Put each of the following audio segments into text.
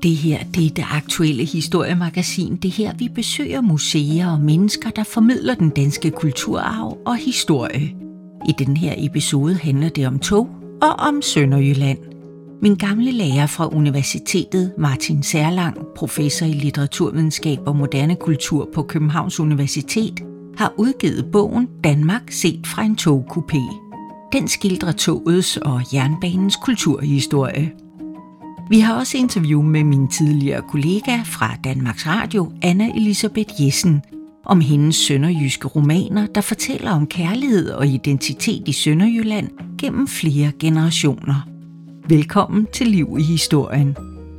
Det her, det er Det Aktuelle Historiemagasin. Det her, vi besøger museer og mennesker, der formidler den danske kulturarv og historie. I den her episode handler det om tog og om Sønderjylland. Min gamle lærer fra universitetet, Martin Serlang, professor i litteraturvidenskab og moderne kultur på Københavns Universitet, har udgivet bogen Danmark set fra en togkupé. Den skildrer togets og jernbanens kulturhistorie. Vi har også interview med min tidligere kollega fra Danmarks Radio, Anna Elisabeth Jessen, om hendes sønderjyske romaner, der fortæller om kærlighed og identitet i Sønderjylland gennem flere generationer. Velkommen til Liv i Historien.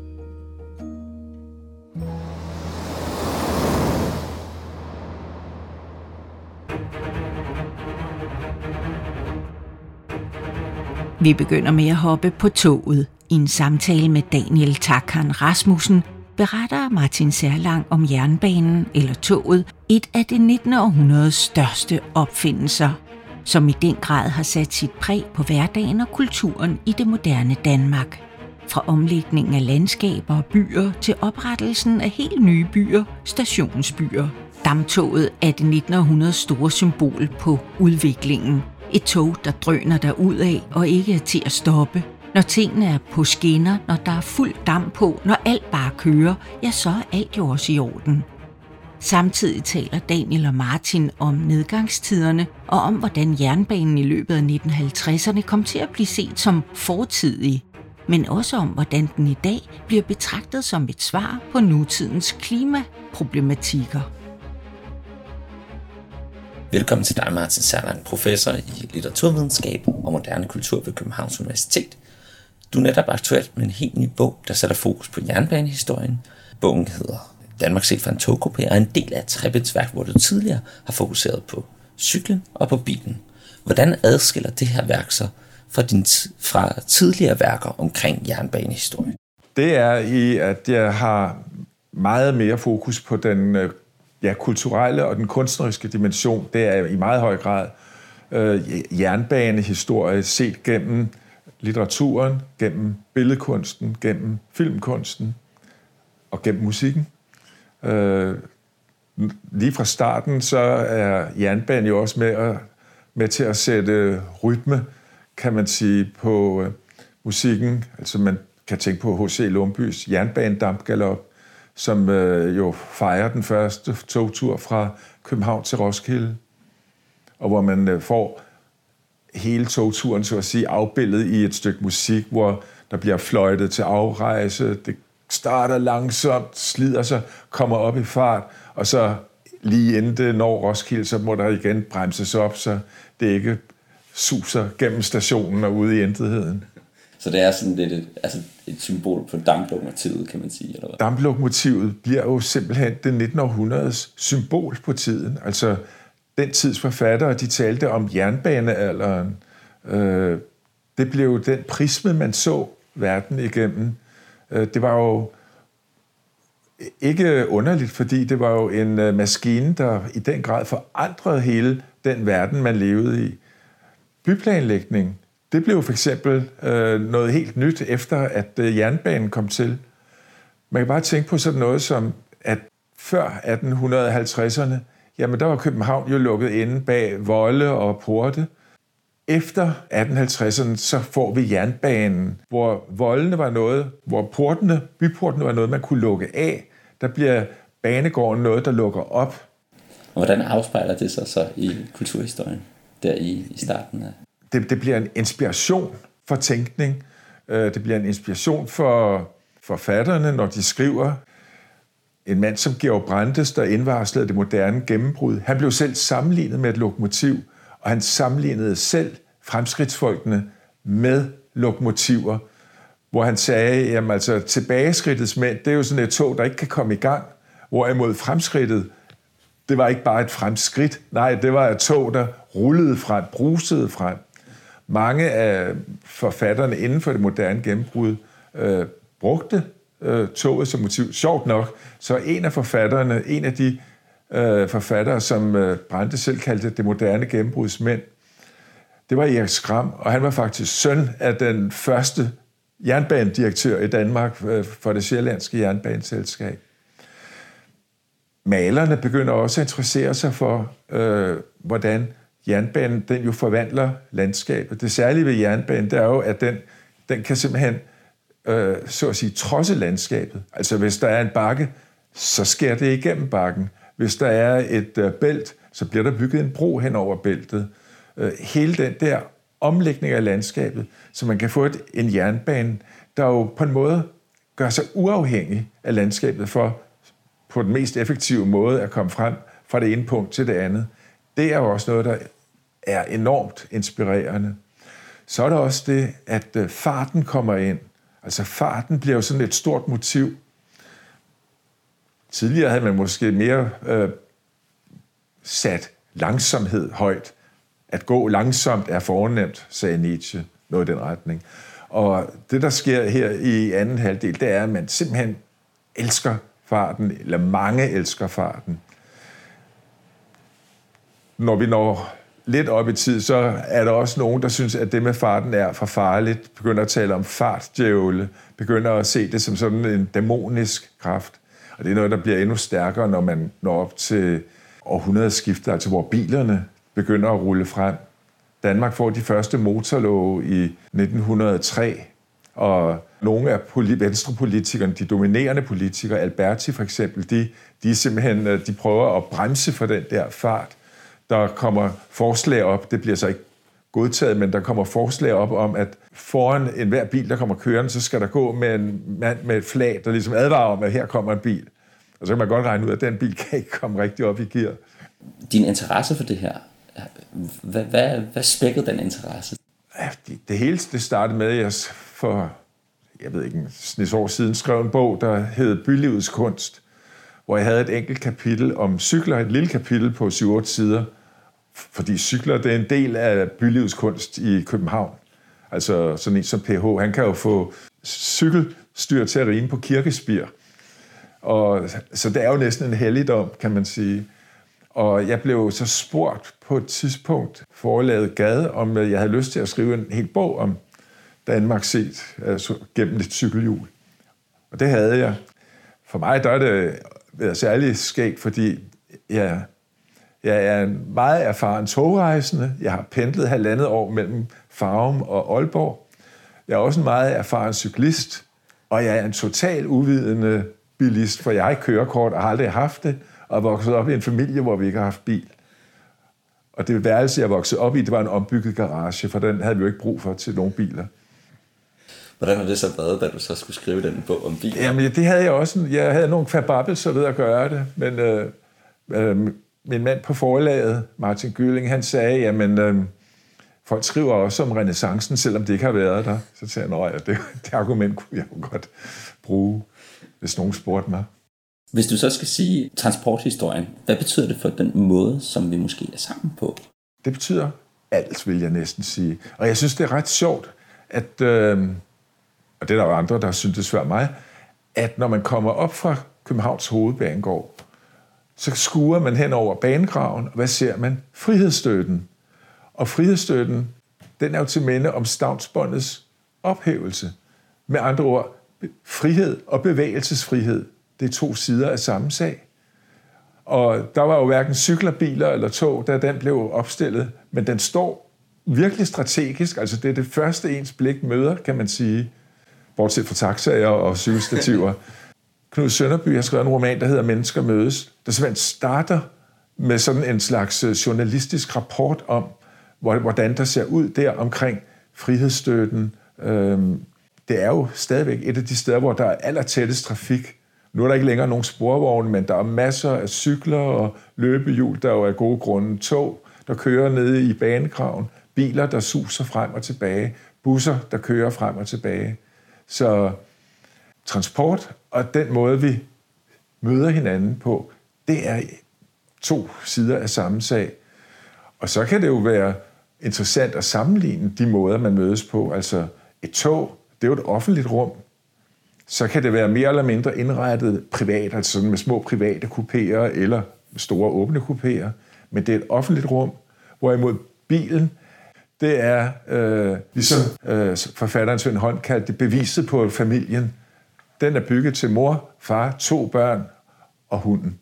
Vi begynder med at hoppe på toget. I en samtale med Daniel Takhan Rasmussen beretter Martin Serlang om jernbanen eller toget, et af det 19. århundredes største opfindelser, som i den grad har sat sit præg på hverdagen og kulturen i det moderne Danmark. Fra omlægningen af landskaber og byer til oprettelsen af helt nye byer, stationsbyer. Damptoget er det 19. århundredes store symbol på udviklingen. Et tog, der drøner derudad og ikke er til at stoppe. Når tingene er på skinner, når der er fuld damp på, når alt bare kører, ja, så er alt jo også i orden. Samtidig taler Daniel og Martin om nedgangstiderne og om, hvordan jernbanen i løbet af 1950'erne kom til at blive set som fortidig, men også om, hvordan den i dag bliver betragtet som et svar på nutidens klimaproblematikker. Velkommen til dig, Martin Serlang, professor i litteraturvidenskab og moderne kultur ved Københavns Universitet. Du er netop aktuelt med en helt ny bog, der sætter fokus på jernbanehistorien. Bogen hedder Danmark set fra en togkupé og er en del af et trebindsværk, hvor du tidligere har fokuseret på cyklen og på bilen. Hvordan adskiller det her værk sig fra tidligere værker omkring jernbanehistorien? Det er i, at jeg har meget mere fokus på den kulturelle og den kunstneriske dimension. Det er i meget høj grad jernbanehistorie set gennem litteraturen, gennem billedkunsten, gennem filmkunsten og gennem musikken. Lige fra starten så er jernbanen jo også med til at sætte rytme, kan man sige, på musikken. Altså man kan tænke på H.C. Lumbys jernbanedampgalop, som jo fejrer den første togtur fra København til Roskilde, og hvor man får hele togturen, så at sige, afbildet i et stykke musik, hvor der bliver fløjtet til afrejse. Det starter langsomt, slider sig, kommer op i fart, og så lige inden det når Roskilde, så må der igen bremses op, så det ikke suser gennem stationen og ude i intetheden. Så det er sådan lidt et symbol på damplokomotivet, kan man sige, eller hvad? Damplokomotivet bliver jo simpelthen det 19. århundredes symbol på tiden. Altså, den tids forfattere, de talte om jernbanealderen. Det blev jo den prisme, man så verden igennem. Det var jo ikke underligt, fordi det var jo en maskine, der i den grad forandrede hele den verden, man levede i. Byplanlægning, det blev for eksempel noget helt nyt, efter at jernbanen kom til. Man kan bare tænke på sådan noget som, at før 1850'erne, jamen der var København jo lukket inde bag volde og porte. Efter 1850'erne, så får vi jernbanen, hvor voldene var noget, hvor byportene var noget, man kunne lukke af. Der bliver banegården noget, der lukker op. Og hvordan afspejler det sig så i kulturhistorien, der i starten af? Det bliver en inspiration for tænkning. Det bliver en inspiration for forfatterne, når de skriver. En mand som Georg Brandes, der indvarslede det moderne gennembrud, han blev selv sammenlignet med et lokomotiv, og han sammenlignede selv fremskridtsfolkene med lokomotiver, hvor han sagde, jamen altså tilbageskridtets mænd, det er jo sådan et tog, der ikke kan komme i gang, hvorimod fremskridtet, det var ikke bare et fremskridt, nej, det var et tog, der rullede frem, brusede frem. Mange af forfatterne inden for det moderne gennembrud brugte toget som motiv. Sjovt nok, så en af de forfattere, som Brandes selv kaldte det moderne gennembrudsmænd, det var Erik Skram, og han var faktisk søn af den første jernbanedirektør i Danmark for det sjællandske jernbaneselskab. Malerne begynder også at interessere sig for, hvordan jernbanen den jo forvandler landskabet. Det særlige ved jernbanen, det er jo, at den kan simpelthen, så at sige, trodse landskabet. Altså hvis der er en bakke, så sker det igennem bakken. Hvis der er et bælt, så bliver der bygget en bro hen over bæltet. Hele den der omlægning af landskabet, så man kan få en jernbane, der jo på en måde gør sig uafhængig af landskabet for på den mest effektive måde at komme frem fra det ene punkt til det andet. Det er jo også noget, der er enormt inspirerende. Så er der også det, at farten kommer ind. Altså farten bliver jo sådan et stort motiv. Tidligere havde man måske mere sat langsomhed højt. At gå langsomt er fornemt, sagde Nietzsche, noget i den retning. Og det, der sker her i anden halvdel, det er, at man simpelthen elsker farten, eller mange elsker farten. Når vi når lidt op i tid, så er der også nogen, der synes, at det med farten er for farligt, begynder at tale om fartdjævle, begynder at se det som sådan en dæmonisk kraft. Og det er noget, der bliver endnu stærkere, når man når op til århundredeskiftet, altså hvor bilerne begynder at rulle frem. Danmark får de første motorlove i 1903, og nogle af venstrepolitikerne, de dominerende politikere, Alberti for eksempel, de simpelthen de prøver at bremse for den der fart. Der kommer forslag op, det bliver så ikke godtaget, men der kommer forslag op om, at foran enhver bil, der kommer kørende, så skal der gå med en mand med et flag, der ligesom advarer om, at her kommer en bil. Og så kan man godt regne ud, at den bil kan ikke komme rigtig op i gear. Din interesse for det her, hvad spækkede den interesse? Ja, det hele det startede med, at jeg for, jeg ved ikke, en år siden skrev en bog, der hed Bylivets kunst, hvor jeg havde et enkelt kapitel om cykler, et lille kapitel på 7-8 sider, fordi cykler, det er en del af bylivets kunst i København. Altså sådan en som PH, han kan jo få cykelstyr til at rime på kirkespir. Og, så det er jo næsten en helligdom, kan man sige. Og jeg blev så spurgt på et tidspunkt, forlaget Gade, om jeg havde lyst til at skrive en hel bog om Danmark set altså gennem et cykelhjul. Og det havde jeg. For mig der er det været særligt skægt, fordi jeg er en meget erfaren togrejsende. Jeg har pendlet 1,5 år mellem Farum og Aalborg. Jeg er også en meget erfaren cyklist, og jeg er en total uvidende bilist, for jeg har ikke kørekort og har aldrig haft det, og er vokset op i en familie, hvor vi ikke har haft bil. Og det værelse, jeg voksede op i, det var en ombygget garage, for den havde vi jo ikke brug for til nogle biler. Hvordan har det så været, da du så skulle skrive den bog om biler? Jamen, det havde jeg også. Jeg havde nogle kvababelser ved at gøre det, men min mand på forlaget, Martin Gylling, han sagde, jamen, folk skriver også om renæssancen, selvom det ikke har været der. Så sagde jeg, det argument kunne jeg jo godt bruge, hvis nogen spurgte mig. Hvis du så skal sige transporthistorien, hvad betyder det for den måde, som vi måske er sammen på? Det betyder alt, vil jeg næsten sige. Og jeg synes, det er ret sjovt, at, og det er der jo andre, der synes det svært mig, at når man kommer op fra Københavns Hovedbanegård, så skuer man hen over banegraven, og hvad ser man? Frihedsstøtten. Og frihedsstøtten, den er jo til minde om stavnsbåndets ophævelse. Med andre ord, frihed og bevægelsesfrihed, det er 2 sider af samme sag. Og der var jo hverken cykler, biler eller tog, da den blev opstillet, men den står virkelig strategisk, altså det er det første ens blik møder, kan man sige, bortset fra taxaer og cykelstativer. Knud Sønderby har skrevet en roman, der hedder Mennesker mødes, der simpelthen starter med sådan en slags journalistisk rapport om, hvordan der ser ud der omkring frihedsstøtten. Det er jo stadigvæk et af de steder, hvor der er allertættest trafik. Nu er der ikke længere nogen sporvogne, men der er masser af cykler og løbehjul, der jo er gode grunde, tog, der kører nede i banegraven, biler, der suser frem og tilbage, busser, der kører frem og tilbage. Så transport og den måde, vi møder hinanden på, det er 2 sider af samme sag. Og så kan det jo være interessant at sammenligne de måder, man mødes på. Altså et tog, det er jo et offentligt rum. Så kan det være mere eller mindre indrettet privat, altså sådan med små private kupéer eller store åbne kupéer. Men det er et offentligt rum, hvorimod bilen, det er, ligesom forfatteren Svend Holm kaldte det, beviset på familien. Den er bygget til mor, far, 2 børn og hunden.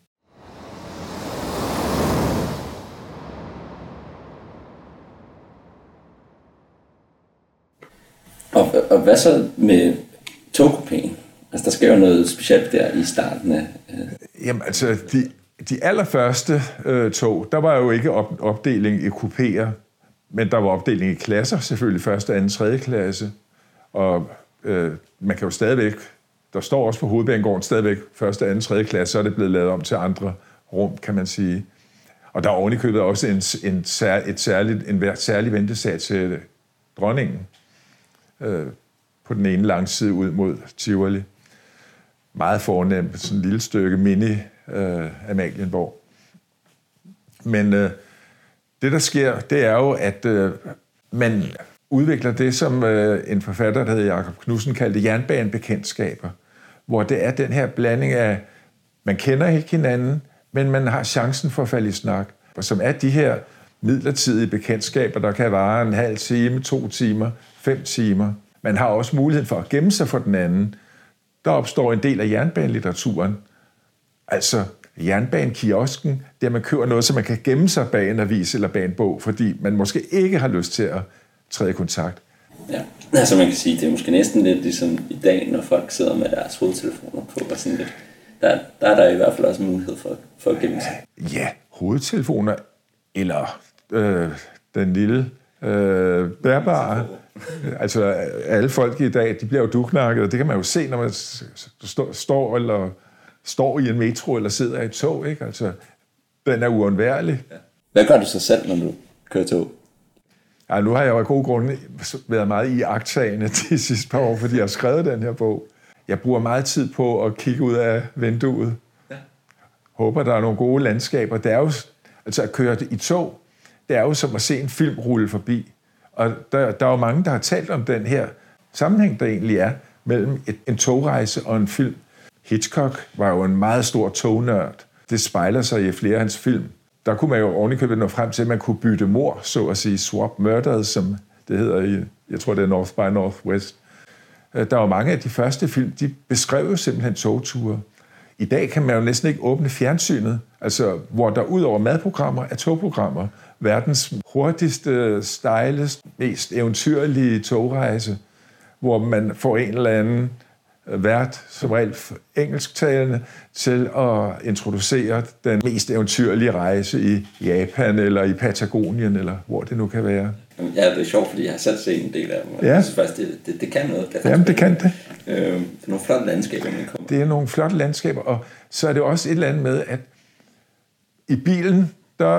Og hvad så med togkupéen? Altså, der sker jo noget specielt der i starten af... Jamen, altså, de allerførste tog, der var jo ikke opdeling i kupéer, men der var opdeling i klasser, selvfølgelig første, anden, tredje klasse. Og man kan jo stadigvæk, der står også på Hovedbanegården stadigvæk første, anden, tredje klasse, så er det blevet lavet om til andre rum, kan man sige. Og der er ovenikøbet også en særlig ventesal til dronningen på den ene langside ud mod Tivoli. Meget fornemt, sådan et lille stykke mini Amalienborg. Men det, der sker, det er jo, at man udvikler det, som en forfatter, der hedder Jakob Knudsen, kaldte jernbanebekendtskaber, hvor det er den her blanding af, man kender ikke hinanden, men man har chancen for at falde i snak, og som er de her midlertidige bekendtskaber, der kan vare en halv time, 2 timer, 5 timer. Man har også muligheden for at gemme sig for den anden. Der opstår en del af jernbanelitteraturen, altså jernbanekiosken, der man køber noget, så man kan gemme sig bag en avis eller bag en bog, fordi man måske ikke har lyst til at træde i kontakt. Ja, altså man kan sige, det er måske næsten lidt ligesom i dag, når folk sidder med deres hovedtelefoner på, og sådan lidt. Der er der i hvert fald også mulighed for at gemme sig. Ja, hovedtelefoner, eller den lille bærbare. Altså alle folk i dag, de bliver jo duknakket, og det kan man jo se, når man står i en metro eller sidder i et tog, ikke? Altså, den er uundværlig. Ja. Hvad gør du så selv, når du kører tog? Ja, nu har jeg jo af gode grunde været meget iagttagende de sidste par år, fordi jeg har skrevet den her bog. Jeg bruger meget tid på at kigge ud af vinduet. Ja. Håber, der er nogle gode landskaber. Det er jo, altså at køre i tog, det er jo som at se en film rulle forbi. Og der er jo mange, der har talt om den her sammenhæng, der egentlig er mellem en togrejse og en film. Hitchcock var jo en meget stor tognørd. Det spejler sig i flere af hans film. Der kunne man jo ovenikøbet nå frem til, at man kunne bytte mor, så at sige, swap murders, som det hedder i, jeg tror det er North by Northwest. Der var mange af de første film, de beskrev jo simpelthen togture. I dag kan man jo næsten ikke åbne fjernsynet, altså hvor der ud over madprogrammer er togprogrammer. Verdens hurtigste, stejlest, mest eventyrlige togrejse, hvor man får en eller anden vært, som regel engelsktalende, til at introducere den mest eventyrlige rejse i Japan eller i Patagonien, eller hvor det nu kan være. Ja, det er sjovt, fordi jeg har selv set en del af dem. Ja. Jeg synes faktisk, det kan noget. Jamen, det kan det. Det er nogle flotte landskaber, man kommer. Det er nogle flotte landskaber, og så er det også et eller andet med, at i bilen,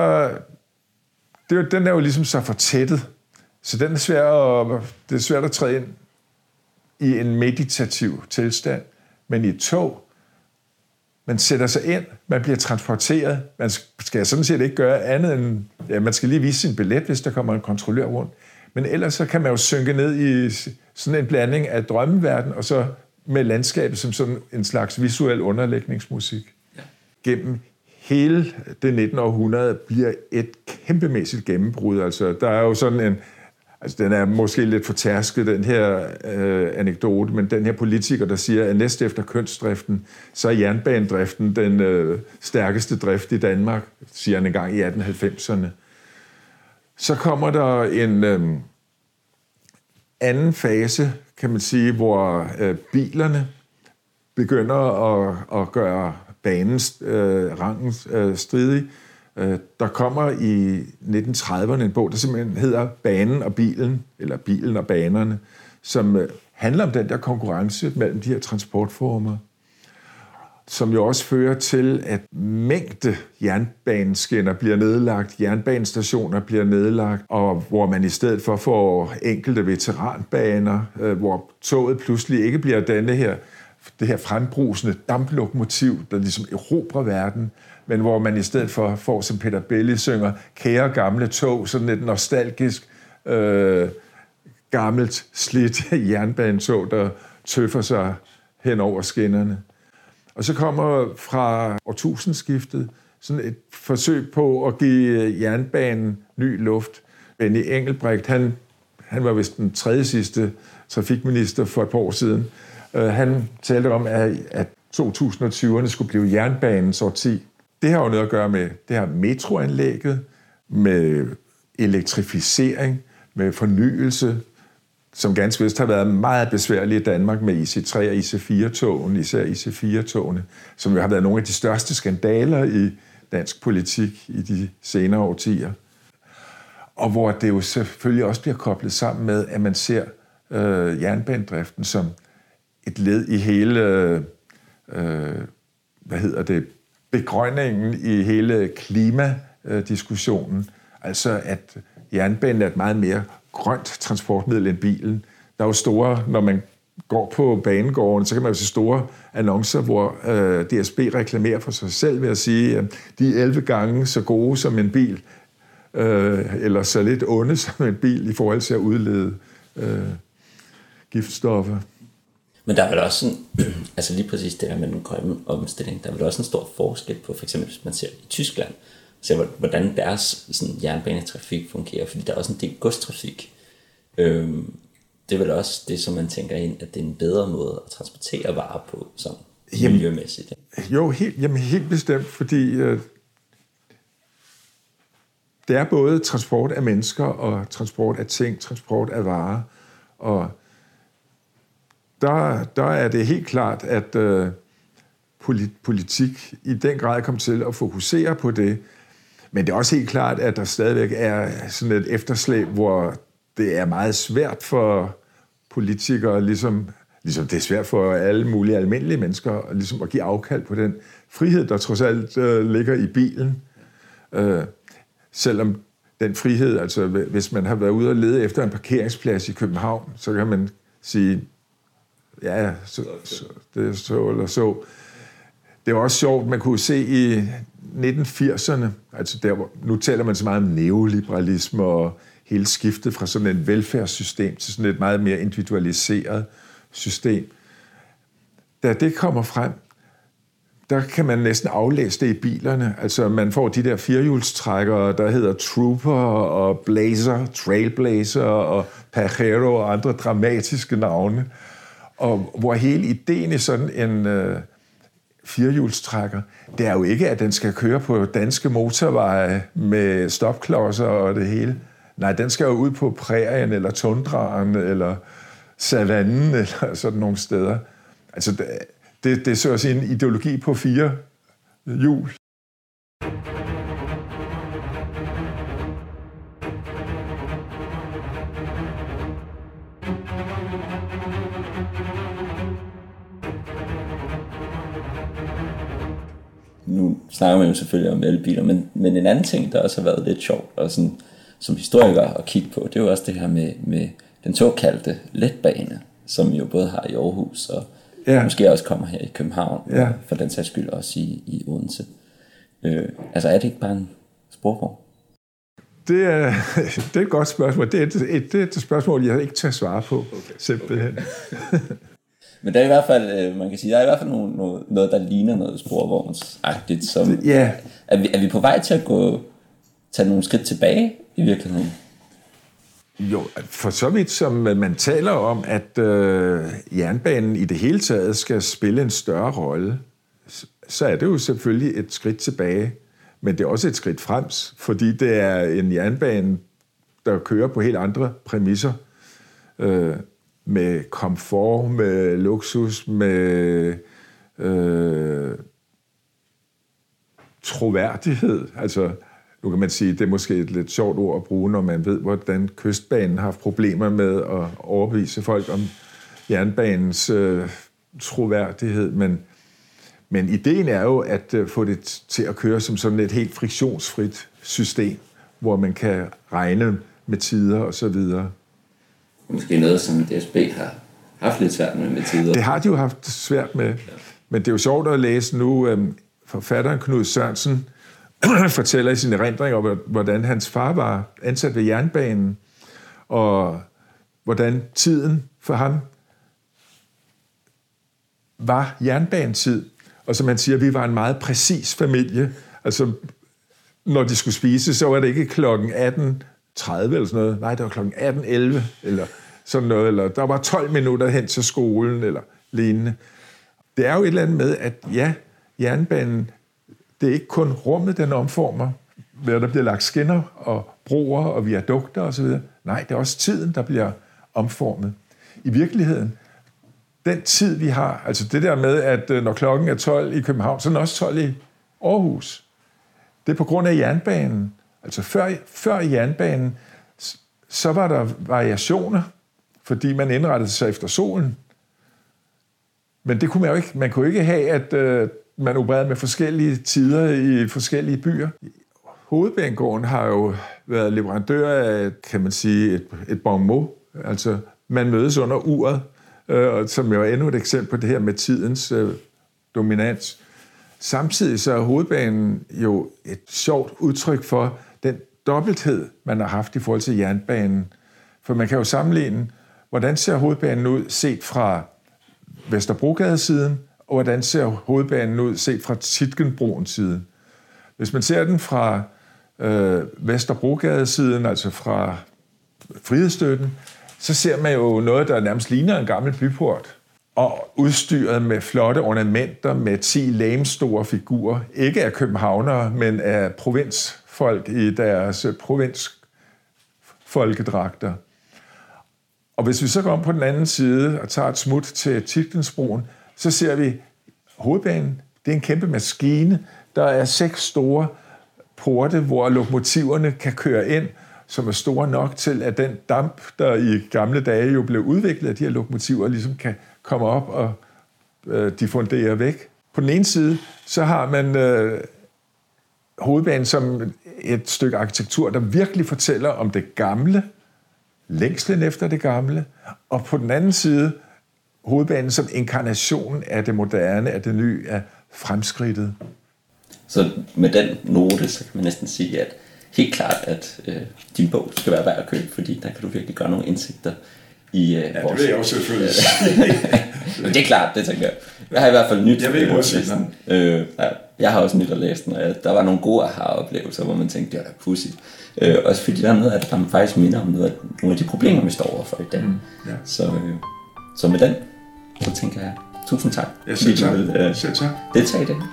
den er jo ligesom så fortættet, så den er det er svært at træde ind i en meditativ tilstand, men i et tog, man sætter sig ind, man bliver transporteret, man skal sådan set ikke gøre andet end, ja, man skal lige vise sin billet, hvis der kommer en kontrollør rundt, men ellers så kan man jo synke ned i sådan en blanding af drømmeverden, og så med landskabet som sådan en slags visuel underlægningsmusik. Ja. Gennem hele det 19. århundrede bliver et kæmpemæssigt gennembrud, altså der er jo sådan en, altså, den er måske lidt fortærsket, den her anekdote, men den her politiker, der siger, at næst efter kønsdriften, så er jernbanedriften den stærkeste drift i Danmark, siger han engang i 1890'erne. Så kommer der en anden fase, kan man sige, hvor bilerne begynder at gøre banens rangen stridig. Der kommer i 1930'erne en bog, der simpelthen hedder Banen og bilen, eller Bilen og banerne, som handler om den der konkurrence mellem de her transportformer, som jo også fører til, at mængde jernbaneskinner bliver nedlagt, jernbanestationer bliver nedlagt, og hvor man i stedet for får enkelte veteranbaner, hvor toget pludselig ikke bliver det her frembrusende damplokomotiv, der ligesom erobrer verden, men hvor man i stedet for får, som Peter Belli synger, kære gamle tog, sådan et nostalgisk, gammelt, slidt jernbanetog, der tøffer sig hen over skinnerne. Og så kommer fra årtusindskiftet sådan et forsøg på at give jernbanen ny luft. Benny Engelbrecht, han var vist den tredje sidste trafikminister for et par år siden. Han talte om, at 2020'erne skulle blive jernbanens årti. Det har jo noget at gøre med det her metroanlægget, med elektrificering, med fornyelse, som ganske vist har været meget besværligt i Danmark med IC3 og IC4-togene, især IC4-togene, som jo har været nogle af de største skandaler i dansk politik i de senere årtier. Og hvor det jo selvfølgelig også bliver koblet sammen med, at man ser jernbanedriften som et led i hele, begrønningen i hele klimadiskussionen. Altså at jernbanen er et meget mere grønt transportmiddel end bilen. Der er jo store, når man går på banegården, så kan man jo se store annoncer, hvor DSB reklamerer for sig selv ved at sige, at de er 11 gange så gode som en bil, eller så lidt onde som en bil i forhold til at udlede giftstoffer. Men der er vel også sådan, altså lige præcis det der med den grønne omstilling, der er vel også en stor forskel på, for eksempel hvis man ser i Tyskland, så hvordan deres sådan, jernbanetrafik fungerer, fordi der er også en del godstrafik. Det er vel også det, som man tænker ind, at det er en bedre måde at transportere varer på, sådan miljømæssigt. Jo, helt bestemt, fordi det er både transport af mennesker og transport af ting, transport af varer, og der er det helt klart, at politik i den grad kommer til at fokusere på det. Men det er også helt klart, at der stadigvæk er sådan et efterslæb, hvor det er meget svært for politikere, ligesom det er svært for alle mulige almindelige mennesker, ligesom at give afkald på den frihed, der trods alt ligger i bilen. Selvom den frihed, altså hvis man har været ude og lede efter en parkeringsplads i København, så kan man sige, ja, det er så eller så. Det var også sjovt, man kunne se i 1980'erne, altså der, nu taler man så meget om neoliberalisme og hele skiftet fra sådan et velfærdssystem til sådan et meget mere individualiseret system. Da det kommer frem, der kan man næsten aflæse det i bilerne. Altså man får de der firehjulstrækkere, der hedder Trooper og Blazer, Trailblazer og Pajero og andre dramatiske navne. Og hvor hele ideen i sådan en firehjulstrækker, det er jo ikke, at den skal køre på danske motorveje med stopklodser og det hele. Nej, den skal jo ud på prærien eller tundraen eller savannen eller sådan nogle steder. Altså det er så at sige en ideologi på 4 hjul. Nu snakker man jo selvfølgelig om elbiler, men en anden ting, der også har været lidt sjovt, og sådan, som historiker at kigge på, det er jo også det her med den såkaldte letbane, som jo både har i Aarhus, og måske også kommer her i København, og for den sags skyld også i Odense. Altså er det ikke bare en sporvogn? Det er et godt spørgsmål. Det er et spørgsmål, jeg ikke tager svare på, simpelthen. Men der er i hvert fald, man kan sige, der er i hvert fald noget der ligner noget sporvognsagtigt. Som, er vi på vej til at tage nogle skridt tilbage i virkeligheden? Jo, for så vidt som man taler om, at jernbanen i det hele taget skal spille en større rolle, så er det jo selvfølgelig et skridt tilbage. Men det er også et skridt frems, fordi det er en jernbane, der kører på helt andre præmisser. Med komfort, med luksus, med troværdighed. Altså, nu kan man sige, det er måske et lidt sjovt ord at bruge, når man ved, hvordan Kystbanen har haft problemer med at overbevise folk om jernbanens troværdighed. Men ideen er jo at få det til at køre som sådan et helt friktionsfrit system, hvor man kan regne med tider og så videre. Måske noget, som DSB har haft lidt svært med tider. Det har de jo haft svært med. Men det er jo sjovt at læse nu. Forfatteren Knud Sørensen fortæller i sine erindringer, hvordan hans far var ansat ved jernbanen, og hvordan tiden for ham var jernbanetid. Og som han siger, vi var en meget præcis familie. Altså, når de skulle spise, så var det ikke klokken 18 17:30 eller sådan noget. Nej, det var klokken 18:11 eller sådan noget. Eller der var 12 minutter hen til skolen eller lignende. Det er jo et eller andet med, at ja, jernbanen, det er ikke kun rummet, den omformer, hvor der bliver lagt skinner og broer og viadukter osv. Nej, det er også tiden, der bliver omformet. I virkeligheden, den tid, vi har, altså det der med, at når klokken er 12 i København, så er den også 12 i Aarhus. Det er på grund af jernbanen. Altså før jernbanen, så var der variationer, fordi man indrettede sig efter solen. Men det kunne man jo ikke. Man kunne ikke have, at man opererede med forskellige tider i forskellige byer. Hovedbanegården har jo været leverandør af, kan man sige, et bon mot. Altså, man mødes under uret, som jo er endnu et eksempel på det her med tidens dominans. Samtidig så er hovedbanen jo et sjovt udtryk for den dobbelthed, man har haft i forhold til jernbanen. For man kan jo sammenligne, hvordan ser hovedbanen ud set fra Vesterbrogade-siden, og hvordan ser hovedbanen ud set fra Tietgenbroen-siden. Hvis man ser den fra Vesterbrogade-siden, altså fra Frihedsstøtten, så ser man jo noget, der nærmest ligner en gammel byport, og udstyret med flotte ornamenter med 10 legemstore figurer, ikke af københavnere, men af provinsfolk i deres provinsfolkedragter. Og hvis vi så går om på den anden side og tager et smut til Tietgensbroen, så ser vi hovedbanen. Det er en kæmpe maskine. Der er 6 store porte, hvor lokomotiverne kan køre ind, som er store nok til, at den damp, der i gamle dage jo blev udviklet af de her lokomotiver, ligesom kan komme op og diffundere væk. På den ene side, så har man hovedbanen som et stykke arkitektur, der virkelig fortæller om det gamle, længslen efter det gamle, og på den anden side hovedbanen som inkarnationen af det moderne, af det nye, af fremskridtet. Så med den note, så kan man næsten sige, at helt klart, at din bog skal være værd at købe, fordi der kan du virkelig gøre nogle indsigter i ja, vores... det vil jeg også selvfølgelig. Det er klart, det tænker jeg. Jeg har i hvert fald nyt. Jeg vil også læse den. Jeg har også nyt at læse den, og der var nogle gode aha-oplevelser, hvor man tænkte, det er da pudsigt. Også fordi der er noget af det, der faktisk minder om nogle af de problemer, vi står overfor i dag. Ja. Så med den, så tænker jeg, tusind tak. Ja, selv tak. Selv tak. Deltage i det.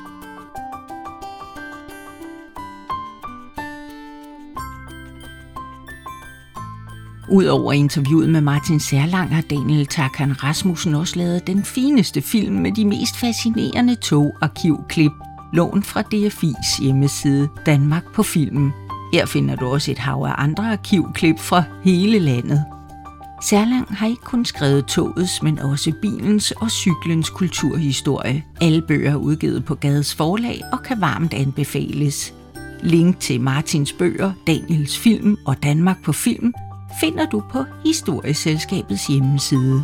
Udover interviewet med Martin Serlang har Daniel Takhan Rasmussen også lavet den fineste film med de mest fascinerende togarkivklip, lånt fra DFI's hjemmeside Danmark på Film. Her finder du også et hav af andre arkivklip fra hele landet. Serlang har ikke kun skrevet togets, men også bilens og cyklens kulturhistorie. Alle bøger er udgivet på Gades Forlag og kan varmt anbefales. Link til Martins bøger, Daniels film og Danmark på Film finder du på Historieselskabets hjemmeside.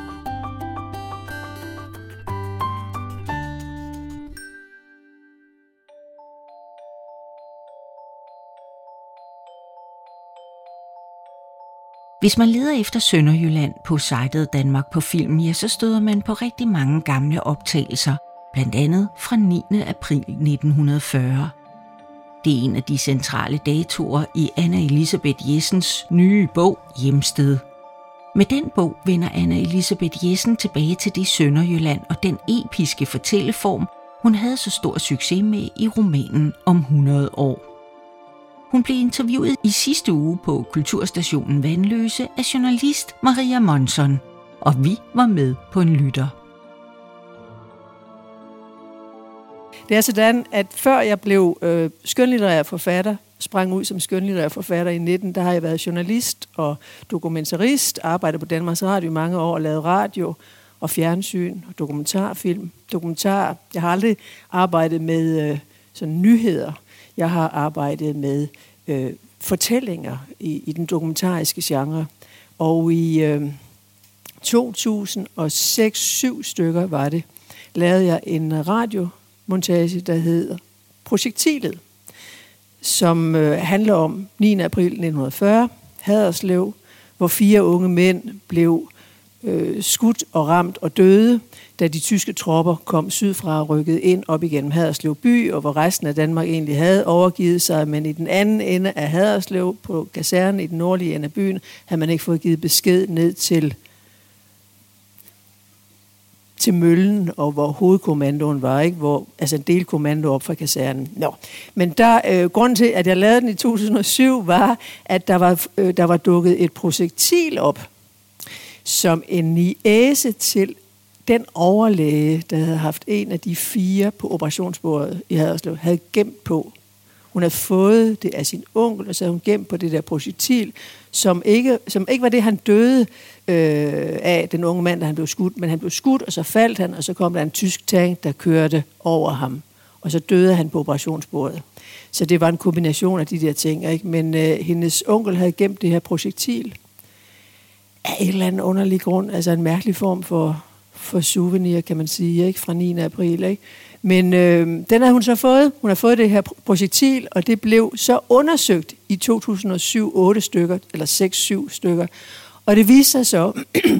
Hvis man leder efter Sønderjylland på sitet Danmark på Film, ja, så støder man på rigtig mange gamle optagelser, blandt andet fra 9. april 1940. Det er en af de centrale datoer i Anna Elisabeth Jessens nye bog Hjemsted. Med den bog vender Anna Elisabeth Jessen tilbage til det Sønderjylland og den episke fortælleform, hun havde så stor succes med i romanen om 100 år. Hun blev interviewet i sidste uge på Kulturstationen Vandløse af journalist Maria Monson, og vi var med på en lytter. Det er sådan, at før jeg blev skønlitterær forfatter, sprang ud som skønlitterær forfatter i 19, der har jeg været journalist og dokumentarist, arbejdet på Danmarks Radio i mange år, lavet radio og fjernsyn og dokumentarfilm. Jeg har aldrig arbejdet med sådan nyheder. Jeg har arbejdet med fortællinger i den dokumentariske genre. Og i 2006-7 stykker var det, lavede jeg en radiomontage, der hedder Projektilet, som handler om 9. april 1940, Haderslev, hvor 4 unge mænd blev skudt og ramt og døde, da de tyske tropper kom sydfra og rykkede ind op igennem Haderslev by, og hvor resten af Danmark egentlig havde overgivet sig, men i den anden ende af Haderslev, på kasernen i den nordlige ende af byen, havde man ikke fået givet besked ned til møllen, og hvor hovedkommandoen var, ikke? Altså en delkommando op fra kasernen. Nå. Men grunden til, at jeg lavede den i 2007, var, at der var dukket et projektil op, som en niece til den overlæge, der havde haft en af de 4 på operationsbordet i Haderslev, havde gemt på. Hun havde fået det af sin onkel, og så havde hun gemt på det der projektil, som ikke var det, han døde af, den unge mand, da han blev skudt. Men han blev skudt, og så faldt han, og så kom der en tysk tank, der kørte over ham. Og så døde han på operationsbordet. Så det var en kombination af de der ting, ikke? Men hendes onkel havde gemt det her projektil af en eller anden underlig grund, altså en mærkelig form for souvenir, kan man sige, ikke? Fra 9. april, ikke? Men den har hun så fået. Hun har fået det her projektil, og det blev så undersøgt i 2007 8 stykker, eller 6-7 stykker. Og det viste sig så,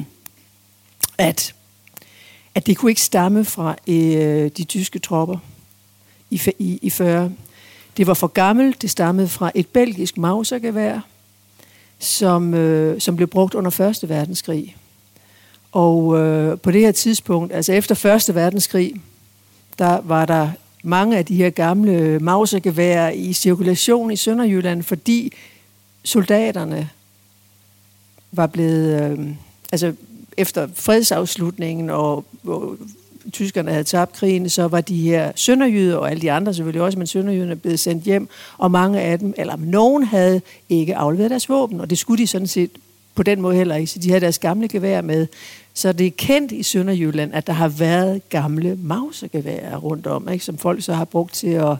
at det kunne ikke stamme fra de tyske tropper i 40. Det var for gammelt. Det stammede fra et belgisk Mauser-gevær, som blev brugt under 1. verdenskrig. Og på det her tidspunkt, altså efter 1. verdenskrig, der var der mange af de her gamle Mauser-geværer i cirkulation i Sønderjylland, fordi soldaterne var blevet, altså efter fredsafslutningen, og tyskerne havde tabt krigen, så var de her sønderjyder, og alle de andre selvfølgelig også, men sønderjyderne blevet sendt hjem, og mange af dem, eller nogen havde ikke afleveret deres våben, og det skulle de sådan set på den måde heller ikke, så de havde deres gamle gevær med. Så det er kendt i Sønderjylland, at der har været gamle Mauser-geværer rundt om, ikke? Som folk så har brugt til at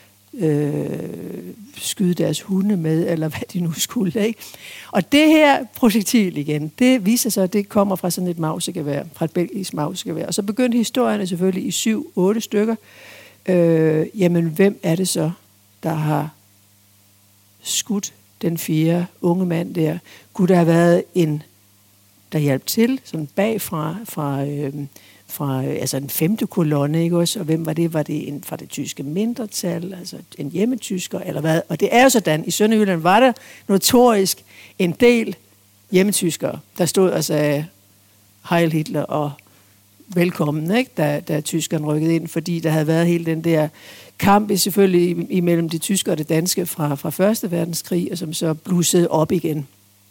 skyde deres hunde med, eller hvad de nu skulle, ikke? Og det her projektil igen, det viser sig, at det kommer fra sådan et Mauser-gevær, fra et belgisk Mauser-gevær. Og så begyndte historierne selvfølgelig i 7-8 stykker. Jamen, hvem er det så, der har skudt den 4. unge mand der? Kunne der have været en, der hjalp til, sådan bagfra, fra altså en 5. kolonne, ikke også? Og hvem var det? Var det en fra det tyske mindretal, altså en hjemmetysker, eller hvad? Og det er jo sådan, i Sønderjylland var der notorisk en del hjemmetyskere, der stod og sagde Heil Hitler og velkommen, ikke? Da tyskerne rykkede ind, fordi der havde været hele den der kamp selvfølgelig imellem det tyske og det danske fra 1. verdenskrig, og som så blussede op igen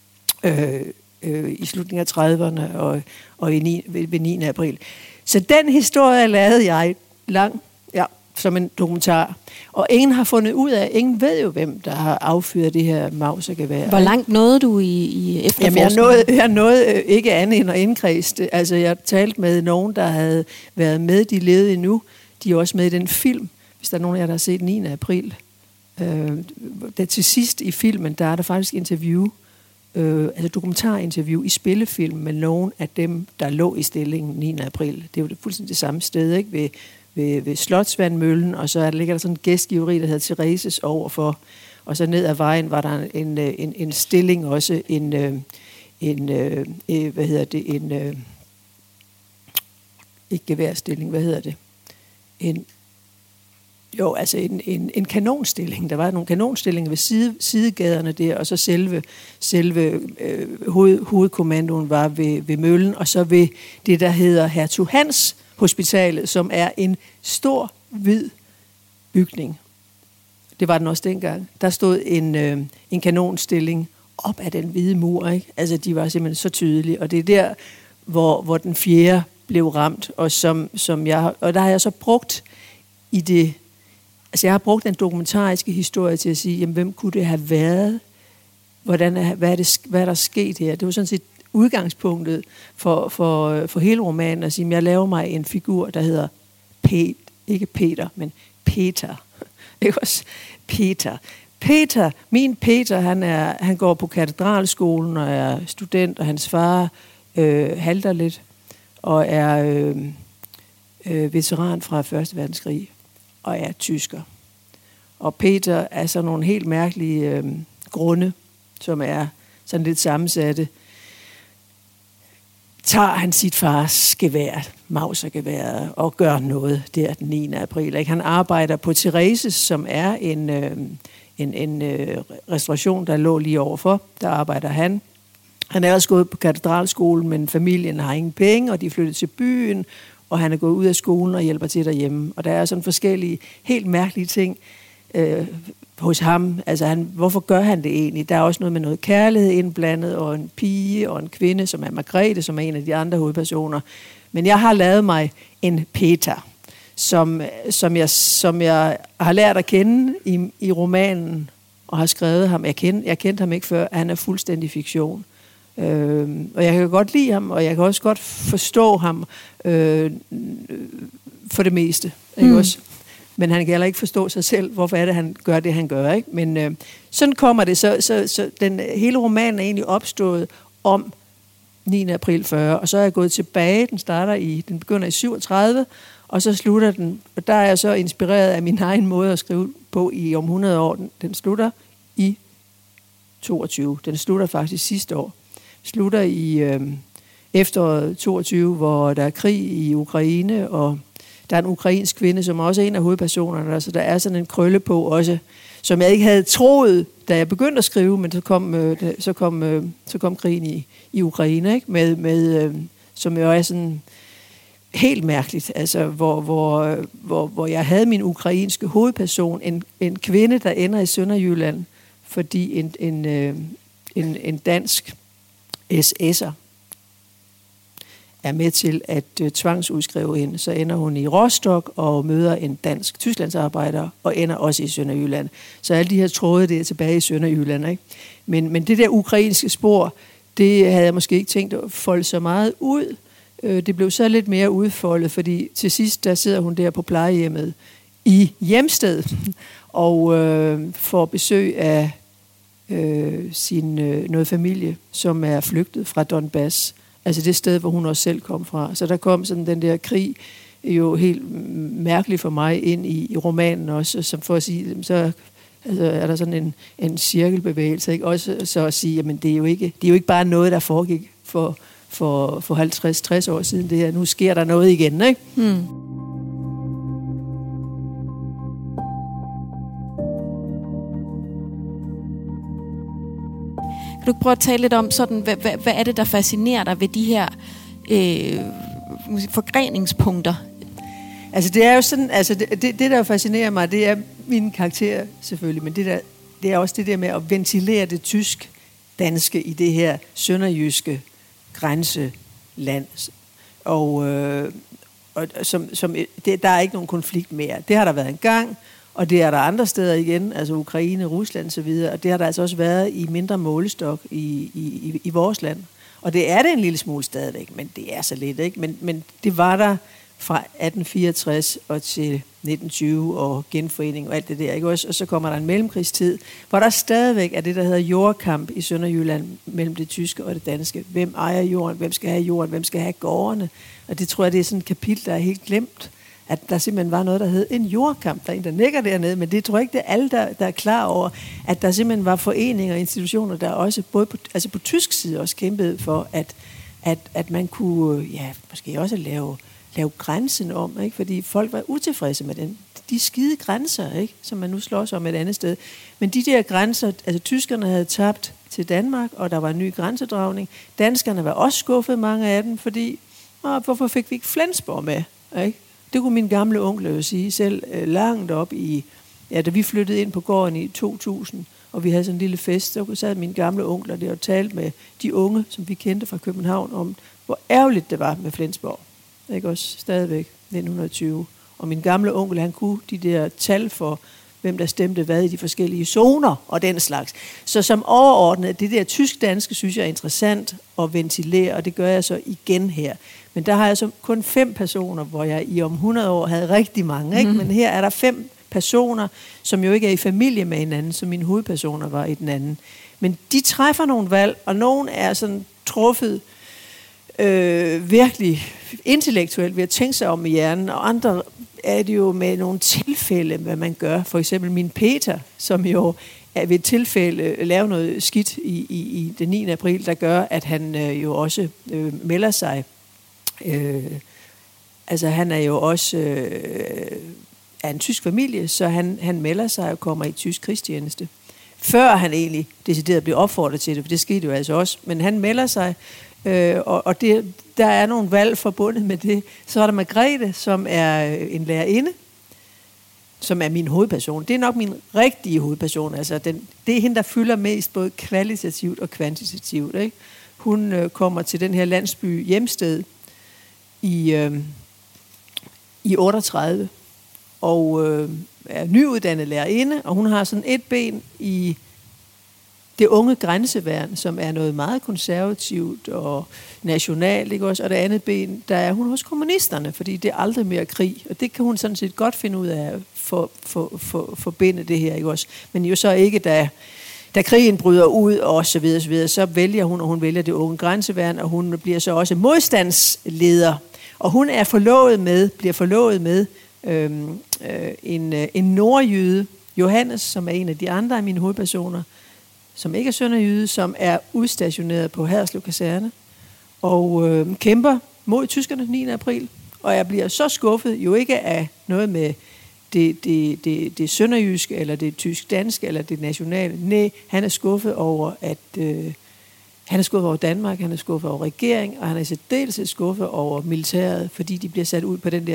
i slutningen af 30'erne og ved 9. april. Så den historie lavede jeg som en dokumentar. Og ingen har fundet ud af, ingen ved jo, hvem der har affyret det her Mauser-gevær. Hvor langt nåede du i efterforskningen? Jamen, jeg nåede ikke andet end at indkredse det. Altså, jeg talte med nogen, der havde været med, de levede endnu. De er også med i den film, hvis der er nogen af jer, der har set 9. april. Til sidst i filmen, der er der faktisk interview, altså dokumentarinterview i spillefilm med nogen af dem, der lå i stillingen 9. april. Det er jo fuldstændig det samme sted, ikke? Ved Slotsvandmøllen, og så ligger der sådan en gæstgiveri, der hedder Thereses overfor, og så ned ad vejen var der en stilling også, ikke geværstilling, en kanonstilling. Der var nogle kanonstillinger ved sidegaderne der, og så selve hovedkommandoen var ved møllen, og så ved det, der hedder Hertug Hans Hospitalet, som er en stor, hvid bygning. Det var den også dengang. Der stod en kanonstilling op ad den hvide mur, ikke? Altså, de var simpelthen så tydelige, og det er der, hvor den 4. blev ramt, og og der har jeg så brugt i det. Altså, jeg har brugt den dokumentariske historie til at sige, jamen, hvem kunne det have været? Hvad er der sket her? Det var sådan set udgangspunktet for hele romanen, at sige, jeg laver mig en figur, der hedder ikke Peter, men Peter. Ikke også? Peter, min Peter, han går på katedralskolen og er student, og hans far halter lidt, og er veteran fra 1. verdenskrig, og er tysker. Og Peter er sådan nogle helt mærkelige grunde, som er sådan lidt sammensatte, tager han sit fars gevær, Mauser-geværet, og gør noget der den 9. april. Ikke? Han arbejder på Thereses, som er en restauration, der lå lige overfor. Der arbejder han. Han er også gået på katedralskolen, men familien har ingen penge, og de er flyttet til byen, og han er gået ud af skolen og hjælper til derhjemme. Og der er sådan forskellige, helt mærkelige ting hos ham. Altså, hvorfor gør han det egentlig? Der er også noget med noget kærlighed indblandet, og en pige og en kvinde, som er Margrethe, som er en af de andre hovedpersoner. Men jeg har lavet mig en Peter, som jeg har lært at kende i romanen, og har skrevet ham. Jeg kendte ham ikke før, han er fuldstændig fiktion. Og jeg kan godt lide ham, og jeg kan også godt forstå ham for det meste. Ikke også? Men han kan heller ikke forstå sig selv, hvorfor er det, han gør det, han gør. Ikke? Men sådan kommer det. Så hele romanen er egentlig opstået om 9. april 40, og så er jeg gået tilbage. Den begynder i 37, og så slutter den. Og der er jeg så inspireret af min egen måde at skrive på i om 100 år. Den slutter i 22. Den slutter faktisk sidste år. Slutter i efteråret 22, hvor der er krig i Ukraine, og der er en ukrainsk kvinde, som også er en af hovedpersonerne, altså der er sådan en krølle på også, som jeg ikke havde troet, da jeg begyndte at skrive, men så kom krigen i Ukraine, ikke? Med som jo er sådan helt mærkeligt, altså hvor jeg havde min ukrainske hovedperson, en kvinde, der ender i Sønderjylland, fordi en dansk SS'er er med til at tvangsudskrive hende. Så ender hun i Rostock og møder en dansk tysklandsarbejder og ender også i Sønderjylland. Så alle de her tråde, det er tilbage i Sønderjylland. Ikke? Men det der ukrainske spor, det havde jeg måske ikke tænkt at folde så meget ud. Det blev så lidt mere udfoldet, fordi til sidst, der sidder hun der på plejehjemmet i hjemsted og får besøg af noget familie, som er flygtet fra Donbass. Altså det sted, hvor hun også selv kom fra. Så der kom sådan den der krig, jo helt mærkeligt for mig, ind i romanen også, som for at sige, så altså, er der sådan en cirkelbevægelse, ikke? Også så at sige, jamen det er jo ikke bare noget, der foregik for 50-60 år siden. Det her, nu sker der noget igen, ikke? Kan du ikke prøve at tale lidt om, sådan, hvad er det, der fascinerer dig ved de her forgreningspunkter? Altså det er jo sådan, altså det der fascinerer mig, det er min karakter selvfølgelig, men det er også det der med at ventilere det tysk-danske i det her sønderjyske grænseland. Og der er ikke nogen konflikt mere. Det har der været engang, og det er der andre steder igen, altså Ukraine, Rusland og så videre, og det har der altså også været i mindre målestok i vores land. Og det er det en lille smule stadigvæk, men det er så lidt, ikke? Men det var der fra 1864 og til 1920 og genforening og alt det der, ikke også? Og så kommer der en mellemkrigstid, hvor der stadigvæk er det, der hedder jordkamp i Sønderjylland mellem det tyske og det danske. Hvem ejer jorden? Hvem skal have jorden? Hvem skal have gårdene? Og det tror jeg, det er sådan et kapitel, der er helt glemt, at der simpelthen var noget, der hed en jordkamp. Der er en, der nikker dernede, men det tror jeg ikke, det er alle, der er klar over, at der simpelthen var foreninger og institutioner, der også, både på tysk side også kæmpede for, at man kunne, måske også lave grænsen om, ikke? Fordi folk var utilfredse med de skide grænser, ikke? Som man nu slås om et andet sted. Men de der grænser, altså tyskerne havde tabt til Danmark, og der var en ny grænsedragning. Danskerne var også skuffet, mange af dem, fordi, hvorfor fik vi ikke Flensborg med? Ikke? Det kunne min gamle onkel jo sige selv langt op i, da vi flyttede ind på gården i 2000, og vi havde sådan en lille fest, så sad min gamle onkel og det og talte med de unge, som vi kendte fra København, om hvor ærgerligt det var med Flensborg. Ikke også stadigvæk 1920. Og min gamle onkel, han kunne de der tal for, hvem der stemte hvad i de forskellige zoner og den slags. Så som overordnet, det der tysk-danske, synes jeg er interessant at ventilere, og det gør jeg så igen her. Men der har jeg så kun 5 personer, hvor jeg i om 100 år havde rigtig mange. Ikke? Men her er der 5 personer, som jo ikke er i familie med hinanden, som mine hovedpersoner var i den anden. Men de træffer nogle valg, og nogen er sådan truffet virkelig intellektuelt ved at tænke sig om i hjernen, og andre er det jo med nogle tilfælde, hvad man gør. For eksempel min Peter, som jo ved et tilfælde lave noget skidt i den 9. april, der gør, at han jo også melder sig. Altså han er jo også af en tysk familie, så han melder sig og kommer i tysk krigstjeneste. Før han egentlig decideret bliver opfordret til det, for det skete jo altså også. Men han melder sig, og der er nogle valg forbundet med det. Så er der Margrethe, som er en lærerinde, som er min hovedperson. Det er nok min rigtige hovedperson. Altså det er hende, der fylder mest, både kvalitativt og kvantitativt. Ikke? Hun kommer til den her landsby Hjemsted i 38, og er nyuddannet lærerinde, og hun har sådan et ben i det unge grænseværn, som er noget meget konservativt og nationalt, ikke også? Og det andet ben, der er hun hos kommunisterne, fordi det er aldrig mere krig, og det kan hun sådan set godt finde ud af at forbinde det her, ikke også? Men jo så ikke, da krigen bryder ud, og så videre, så vælger hun, og hun vælger det unge grænseværn, og hun bliver så også modstandsleder. Og hun bliver forlovet med en nordjyde, Johannes, som er en af de andre af mine hovedpersoner, som ikke er sønderjyde, som er udstationeret på Haderslev Kaserne, og kæmper mod tyskerne 9. april. Og jeg bliver så skuffet, jo ikke af noget med det sønderjyske, eller det tysk-danske, eller det nationale. Nej, han er skuffet over, han er skuffet over Danmark, han er skuffet over regeringen, og han er i særdeleshed skuffet over militæret, fordi de bliver sat ud på den der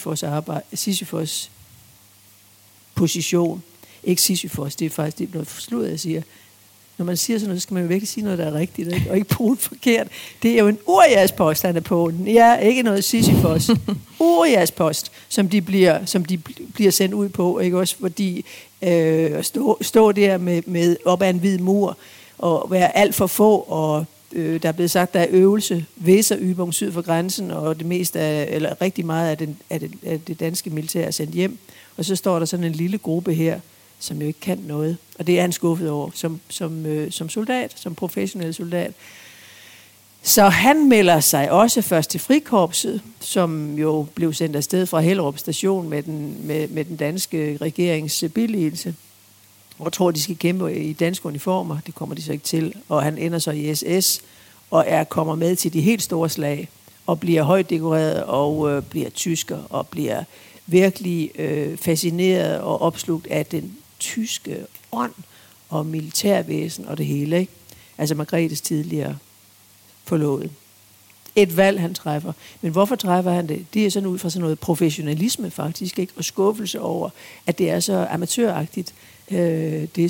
Sisyfos-position. Ikke Sisyfos, det er faktisk noget forsludret, jeg siger. Når man siger sådan noget, så skal man jo virkelig sige noget, der er rigtigt, ikke? Og ikke bruge forkert. Det er jo en uriaspost, han er på. Ja, ikke noget Sisyfos. Uriaspost, som de bliver sendt ud på, ikke også? Fordi stå der med op ad en hvid mur, og være alt for få, og der er blevet sagt, der er øvelse, Weserübung syd for grænsen, og det meste eller rigtig meget af det danske militær er sendt hjem. Og så står der sådan en lille gruppe her, som jo ikke kan noget. Og det er han skuffet over, som soldat, som professionel soldat. Så han melder sig også først til Frikorpset, som jo blev sendt afsted fra Hellerup station med den danske regerings billigelse. Og tror, de skal kæmpe i danske uniformer. Det kommer de så ikke til. Og han ender så i SS og kommer med til de helt store slag og bliver højt dekoreret og bliver tysker og bliver virkelig fascineret og opslugt af den tyske ånd og militærvæsen og det hele, ikke? Altså Margrethes tidligere forlovede. Et valg, han træffer. Men hvorfor træffer han det? Det er sådan ud fra sådan noget professionalisme faktisk, ikke? Og skuffelse over, at det er så amatøragtigt, det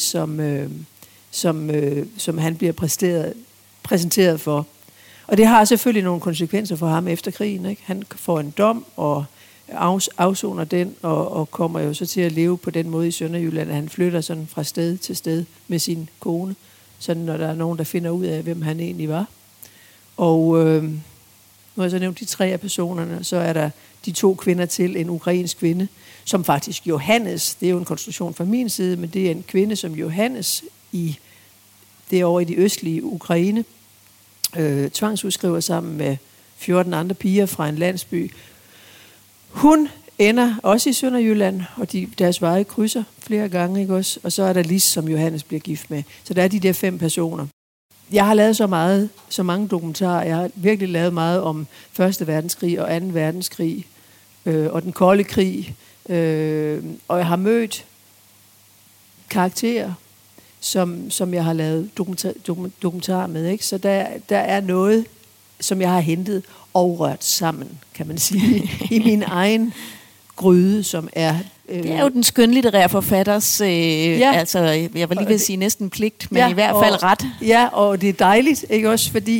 som han bliver præsenteret for. Og det har selvfølgelig nogle konsekvenser for ham efter krigen, ikke? Han får en dom og afsoner den, og kommer jo så til at leve på den måde i Sønderjylland, at han flytter sådan fra sted til sted med sin kone, sådan når der er nogen, der finder ud af, hvem han egentlig var. Og nu har jeg så nævnt de 3 af personerne, så er der de 2 kvinder til, en ukrainsk kvinde, som faktisk Johannes, det er jo en konstruktion fra min side, men det er en kvinde, som Johannes det er over i de østlige Ukraine, tvangsudskriver sammen med 14 andre piger fra en landsby. Hun ender også i Sønderjylland, og deres veje krydser flere gange, ikke også? Og så er der Lis, som Johannes bliver gift med. Så der er de der 5 personer. Jeg har lavet så mange dokumentarer. Jeg har virkelig lavet meget om 1. verdenskrig og 2. verdenskrig og den kolde krig. Og jeg har mødt karakterer, som jeg har lavet dokumentarer med, ikke? Så der er noget, som jeg har hentet og rørt sammen, kan man sige, i min egen gryde, som er... Det er jo den skønlitterære forfatters, altså, jeg var lige ved at sige næsten pligt, men i hvert fald ret. Ja, og det er dejligt, ikke også, fordi...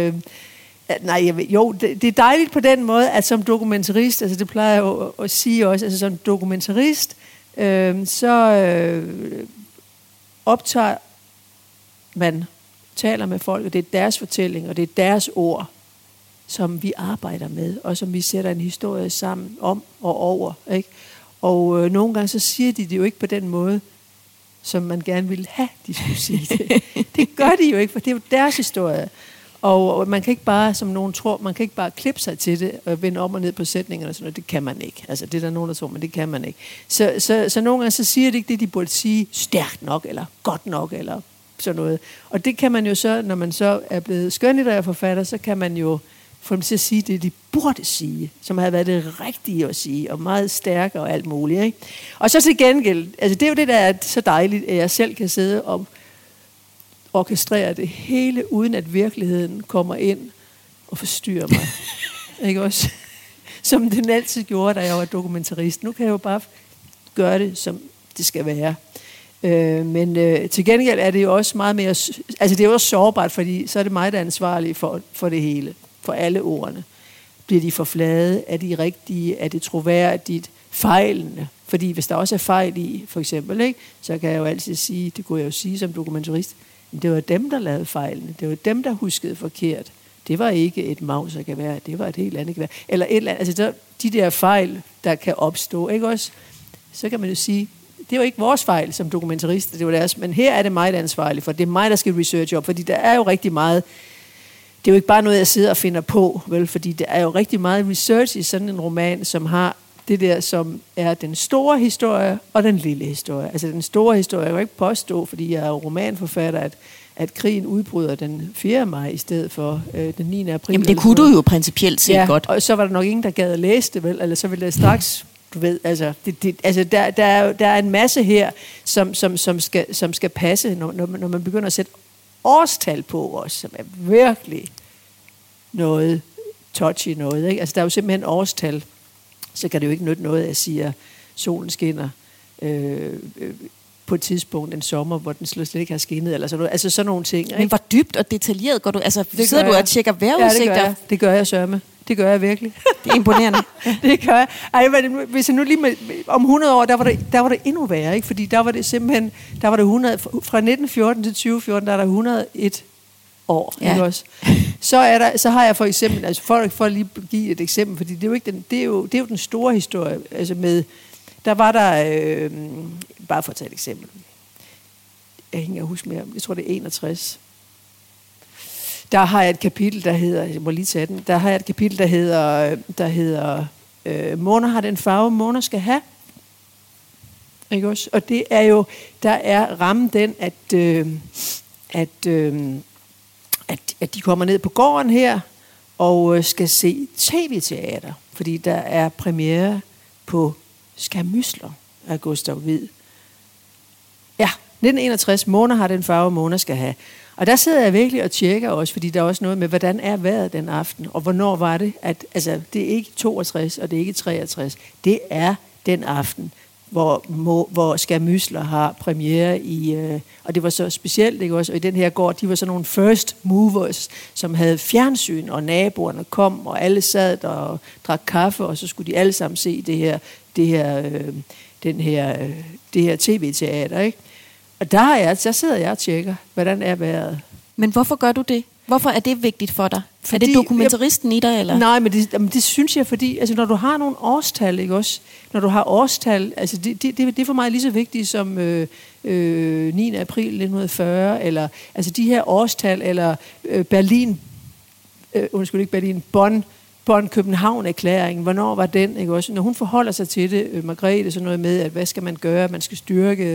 det er dejligt på den måde, at som dokumentarist, altså det plejer jeg at sige også, altså som dokumentarist, optager man, taler med folk, og det er deres fortælling, og det er deres ord, som vi arbejder med, og som vi sætter en historie sammen om og over, ikke? Og nogle gange så siger de det jo ikke på den måde, som man gerne ville have, de skulle sige det. Det gør de jo ikke, for det er jo deres historie. Og man kan ikke bare, som nogen tror, man kan ikke bare klippe sig til det og vende om og ned på sætningerne og sådan noget. Det kan man ikke. Altså, det er der nogen, der tror, men det kan man ikke. Så nogle gange så siger det ikke det, de burde sige stærkt nok, eller godt nok, eller sådan noget. Og det kan man jo så, når man så er blevet skønlitterær forfatter, så kan man jo få dem til at sige det, de burde sige, som havde været det rigtige at sige, og meget stærkere og alt muligt. Ikke? Og så til gengæld, altså det er jo det, der er så dejligt, at jeg selv kan sidde og orkestrere det hele, uden at virkeligheden kommer ind og forstyrrer mig. Ikke også? Som den altid gjorde, da jeg var dokumentarist. Nu kan jeg jo bare gøre det, som det skal være. Men til gengæld er det jo også meget mere... Altså det er jo også sårbart, fordi så er det mig, der er ansvarlig for det hele. For alle ordene. Bliver de for flade? Er de rigtige? Er det troværdigt? Fejlene? Fordi hvis der også er fejl i, for eksempel, ikke, så kan jeg jo altid sige, det kunne jeg jo sige som dokumentarist, det var dem, der lavede fejlene. Det var dem, der huskede forkert. Det var ikke et mausergevær, det var et helt andet gevær. Eller et eller andet, altså de der fejl, der kan opstå, ikke også? Så kan man jo sige, det var ikke vores fejl som dokumentarister, det var deres, men her er det mig, der er ansvarlig for. Det er mig, der skal researche op, fordi der er jo rigtig meget. Det er jo ikke bare noget, jeg sidder og finder på, vel? Fordi der er jo rigtig meget research i sådan en roman, som har det der, som er den store historie og den lille historie. Altså den store historie, jeg kan ikke påstå, fordi jeg er romanforfatter, at krigen udbryder den 4. maj i stedet for den 9. april. Jamen det kunne du jo principielt set godt. Og så var der nok ingen, der gad at læse det, vel? Eller så ville det straks, du ved, altså, der er en masse her, som skal passe, når man begynder at sætte årstal på os, som er virkelig noget touchy noget, ikke? Altså der er jo simpelthen årstal, så kan det jo ikke nytte noget, at jeg siger, solen skinner på et tidspunkt en sommer, hvor den slet ikke har skinnet, eller sådan noget. Altså sådan nogle ting. Ikke? Men hvor dybt og detaljeret går du? Altså sidder du og tjekker vejrudsigter? Ja, det gør jeg sørme. Det gør jeg virkelig. Det er imponerende. Det gør jeg. Ej, hvis jeg nu lige om 100 år, der var det endnu værre, ikke? Fordi der var det simpelthen, der var det 100, fra 1914 til 2014, der er der 101 år, ja. Ikke også? Så har jeg for eksempel, altså for at lige give et eksempel, fordi det er jo ikke det er jo den store historie, altså med, der var der, bare for at tage et eksempel, jeg kan ikke huske mere, jeg tror det er 61. Der har jeg et kapitel, der hedder, jeg må lige tage den, der har jeg et kapitel, der hedder måner har den farve, måner skal have. Ikke også? Og det er jo, der er rammen den, at de kommer ned på gården her, og skal se tv-teater, fordi der er premiere på Skærmysler af Gustav Wied. Ja, 1961, måner har den farve, måner skal have. Og der sidder jeg virkelig og tjekker også, fordi der er også noget med, hvordan er vejret den aften, og hvornår var det, at altså, det er ikke 62, og det er ikke 63, det er den aften, hvor Skærmysler har premiere i, og det var så specielt, ikke også, og i den her gård, de var sådan nogle first movers, som havde fjernsyn, og naboerne kom, og alle sad der og drak kaffe, og så skulle de alle sammen se det her tv-teater, ikke? Og der sidder jeg og tjekker, hvordan er vejret. Men hvorfor gør du det? Hvorfor er det vigtigt for dig? Fordi, er det dokumentaristen i dig, eller? Nej, men det synes jeg, fordi altså, når du har nogle årstal, ikke også? Når du har årstal, altså det er for mig lige så vigtigt som 9. april 1940, eller altså de her årstal, eller Bonn-København-erklæringen, hvornår var den, ikke også? Når hun forholder sig til det, Margrethe, sådan noget med, at hvad skal man gøre? Man skal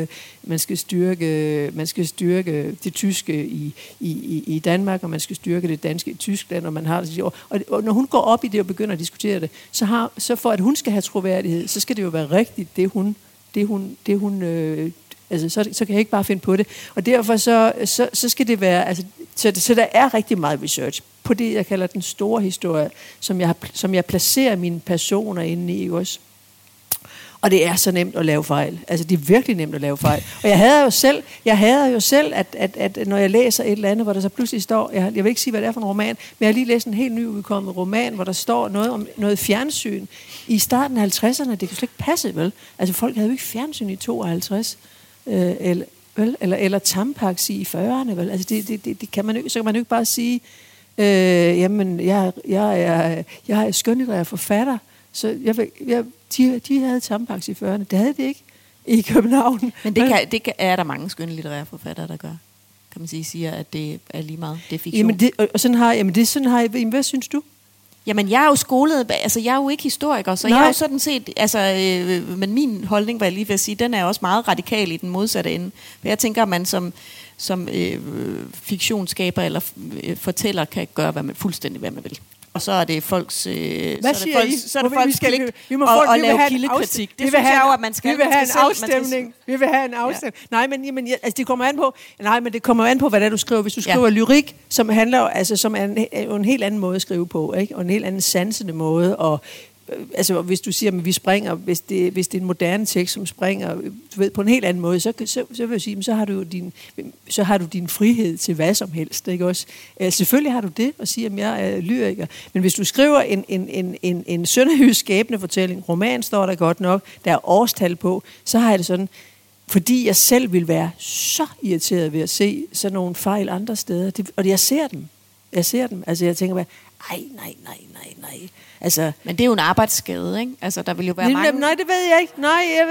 styrke det tyske i Danmark, og man skal styrke det danske i Tyskland, og man har det. Og når hun går op i det og begynder at diskutere det, så for at hun skal have troværdighed, så skal det jo være rigtigt, det hun altså, så kan jeg ikke bare finde på det. Og derfor så skal det være, altså, så der er rigtig meget research på det, jeg kalder den store historie, som jeg placerer mine personer inde i også. Og det er så nemt at lave fejl. Altså, det er virkelig nemt at lave fejl. Og jeg hader jo selv, at når jeg læser et eller andet, hvor der så pludselig står, jeg vil ikke sige, hvad det er for en roman, men jeg har lige læst en helt nyudkommet roman, hvor der står noget om noget fjernsyn i starten af 50'erne. Det kan slet ikke passe, vel? Altså, folk havde jo ikke fjernsyn i 52. Eller Tampax i 40'erne, vel? Altså det kan man jo, så kan man jo ikke bare sige, jamen jeg er skønlitterær forfatter, så de havde Tampax i 40'erne. Det havde de ikke i København. Men det er der mange skønlitterære forfattere, der gør. kan man sige, siger, at det er lige meget, det er fiktion. Sådan har jeg, hvad synes du? Jamen, jeg er jo skolet, altså jeg er jo ikke historiker, så jeg er jo sådan set, men min holdning, var jeg lige ved at sige, den er også meget radikal i den modsatte ende. For jeg tænker, at man som fiktionsskaber eller fortæller kan gøre fuldstændig hvad man vil. Og så er det folks pligt at lave kildekritik. Det synes jeg jo, at man skal. Vi vil have en afstemning. Vi vil have en afstemning. Nej, men det kommer an på. Nej, men det kommer an på, hvad det er, du skriver. Hvis du skriver lyrik, som handler, altså som er en helt anden måde at skrive på, ikke? Og en helt anden sansende måde. Og altså, hvis du siger, at vi springer, hvis det er en moderne tekst, som springer, du ved, på en helt anden måde, så vil jeg sige, så har du din frihed til hvad som helst, ikke også? Selvfølgelig har du det at sige, at jeg er lyriker. Men hvis du skriver en sønderjysk skæbnefortælling, roman står der godt nok, der er årstal på, så har jeg det sådan, fordi jeg selv vil være så irriteret ved at se sådan nogle fejl andre steder. Og jeg ser dem. Altså, jeg tænker bare, nej. Altså, men det er jo en arbejdsskade, ikke? Altså, der vil jo være mange... Nej, det ved jeg ikke.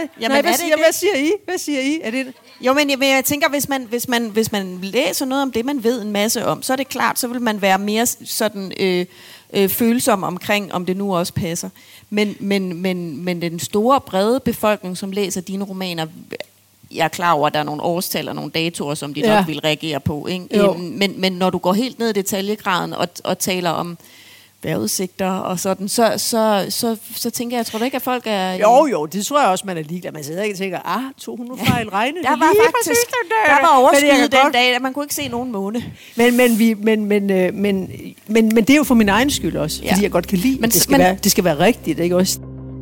Hvad siger I? Er det... Jo, men jeg tænker, hvis man læser noget om det, man ved en masse om, så er det klart, så vil man være mere sådan følsom omkring, om det nu også passer. Men den store, brede befolkning, som læser dine romaner, jeg er klar over, at der er nogle årstal og nogle datoer, som de nok vil reagere på, ikke? Men når du går helt ned i detaljegraden og taler om vejrudsigter og sådan, så tænker jeg, tror du ikke, at folk er... Jo, det tror jeg også, man er ligeglad. Man sidder ikke og tænker, 200 fejl regne. Der var overskyet den dag, at man kunne ikke se nogen måne. Men det er jo for min egen skyld også, fordi jeg godt kan lide, at det skal være rigtigt, ikke også?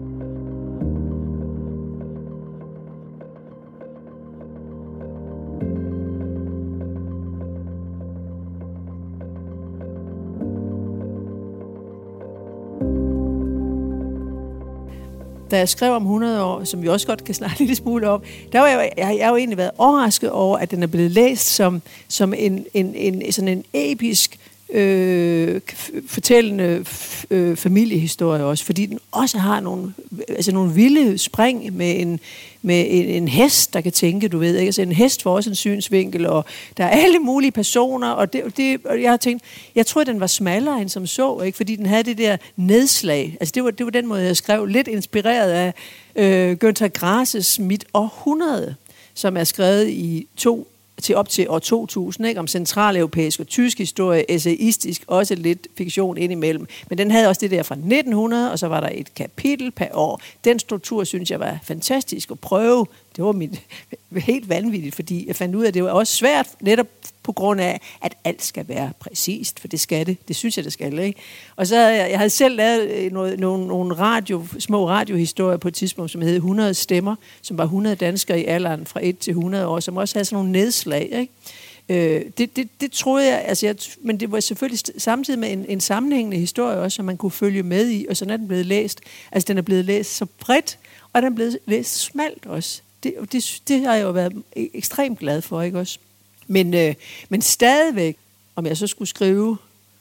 Da jeg skrev om 100 år, som vi også godt kan snakke lidt smule om, der var jeg jo egentlig været overrasket over, at den er blevet læst som sådan en episk fortællende familiehistorie også, fordi den også har nogle vilde spring med en hest, der kan tænke, du ved, ikke? Altså en hest får også en synsvinkel, og der er alle mulige personer, og jeg har tænkt, jeg tror, den var smallere end som så, ikke? Fordi den havde det der nedslag. Altså det var den måde, jeg skrev, lidt inspireret af Günter Grasses Mit århundrede, som er skrevet op til år 2000, ikke? Om centraleuropæisk og tysk historie, essayistisk, også lidt fiktion indimellem. Men den havde også det der fra 1900, og så var der et kapitel per år. Den struktur, synes jeg, var fantastisk at prøve. Det var helt vanvittigt, fordi jeg fandt ud af, at det var også svært, netop på grund af, at alt skal være præcist, for det skal det. Det synes jeg, det skal, ikke? Og så jeg havde selv lavet nogle små radiohistorier på et tidspunkt, som hed 100 stemmer, som var 100 danskere i alderen fra 1 til 100 år, som også havde sådan nogle nedslag, ikke? Det troede jeg, altså men det var selvfølgelig samtidig med en sammenhængende historie også, som man kunne følge med i, og sådan er den blevet læst. Altså den er blevet læst så bredt, og den er blevet læst smalt også. Det har jeg jo været ekstremt glad for, ikke også? Men stadigvæk, om jeg så skulle skrive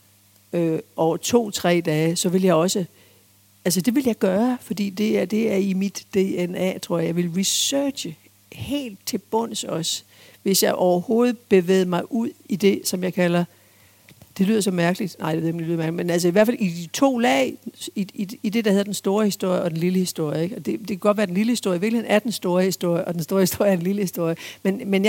over 2-3 dage, så vil jeg også, altså det vil jeg gøre, fordi det er i mit DNA, tror jeg. Jeg vil researche helt til bunds også, hvis jeg overhovedet bevæger mig ud i det, som jeg kalder, det lyder så mærkeligt, nej, det ved jeg ikke, det lyder mærkeligt, men altså i hvert fald i de 2 lag, i det, der hedder den store historie og den lille historie, ikke? Og det kan godt være, at den lille historie i virkeligheden er den store historie, og den store historie er den lille historie. Men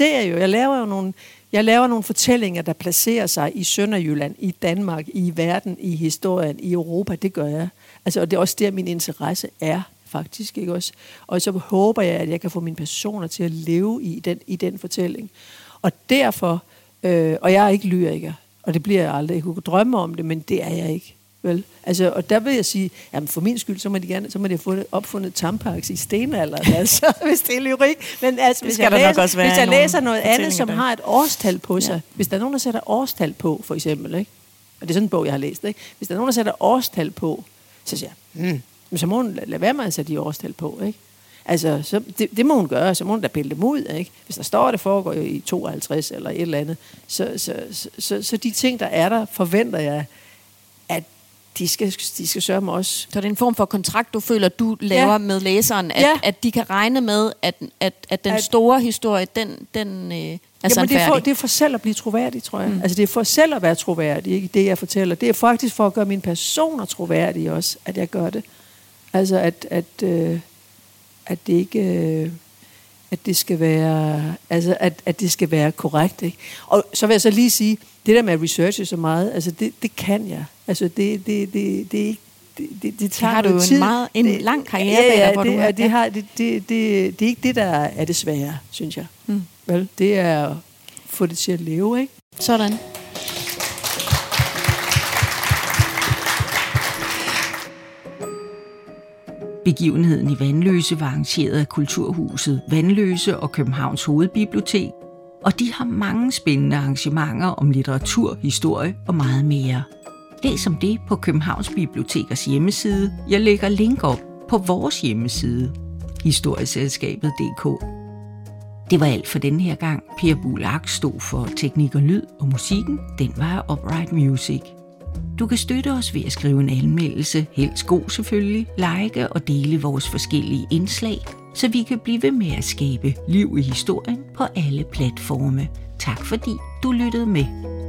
jeg laver nogle fortællinger, der placerer sig i Sønderjylland, i Danmark, i verden, i historien, i Europa. Det gør jeg. Altså, og det er også der, min interesse er, faktisk, ikke også? Og så håber jeg, at jeg kan få mine personer til at leve i den fortælling. Og derfor, og jeg er ikke lyriker, og det bliver jeg aldrig. Jeg kunne drømme om det, men det er jeg ikke. Vel? Altså, og der vil jeg sige, jamen for min skyld, så må de have opfundet Tampax i stenalderen, altså, hvis det er lyrik. Men altså, hvis jeg læser noget andet, som har et årstal på sig, hvis der er nogen, der sætter årstal på, for eksempel, ikke? Og det er sådan en bog, jeg har læst, ikke? Hvis der er nogen, der sætter årstal på, så siger jeg, så må hun lade være med at sætte de årstal på, ikke? Altså, så det må hun gøre, så må hun da pille dem ud, ikke? Hvis der står, at det foregår i 52 eller et eller andet, så de ting, der er der, forventer jeg, at de skal sørge mig også. Så det er en form for kontrakt, du føler, du laver med læseren, at de kan regne med, at den store historie, Det er for selv at blive troværdig, tror jeg. Altså det er for selv at være troværdig, ikke det jeg fortæller. Det er faktisk for at gøre mine personer troværdige også, at jeg gør det. Altså at det ikke... at det skal være, altså at det skal være korrekt, ikke? Og så vil jeg så lige sige, det der med at researche så meget, altså det kan jeg. Altså det tager har du jo tid. en lang karriere bag dig, hvor du har. Det er ikke det, der er det svære, synes jeg. Vel, det er at få det til at leve, ikke? Sådan. Begivenheden i Vanløse var arrangeret af Kulturhuset Vanløse og Københavns Hovedbibliotek, og de har mange spændende arrangementer om litteratur, historie og meget mere. Læs om det på Københavns Bibliotekers hjemmeside. Jeg lægger link op på vores hjemmeside, historieselskabet.dk. Det var alt for denne her gang. Per Bulak stod for teknik og lyd, og musikken, den var af Upright Music. Du kan støtte os ved at skrive en anmeldelse, helst god selvfølgelig, like og dele vores forskellige indslag, så vi kan blive ved med at skabe liv i historien på alle platforme. Tak fordi du lyttede med.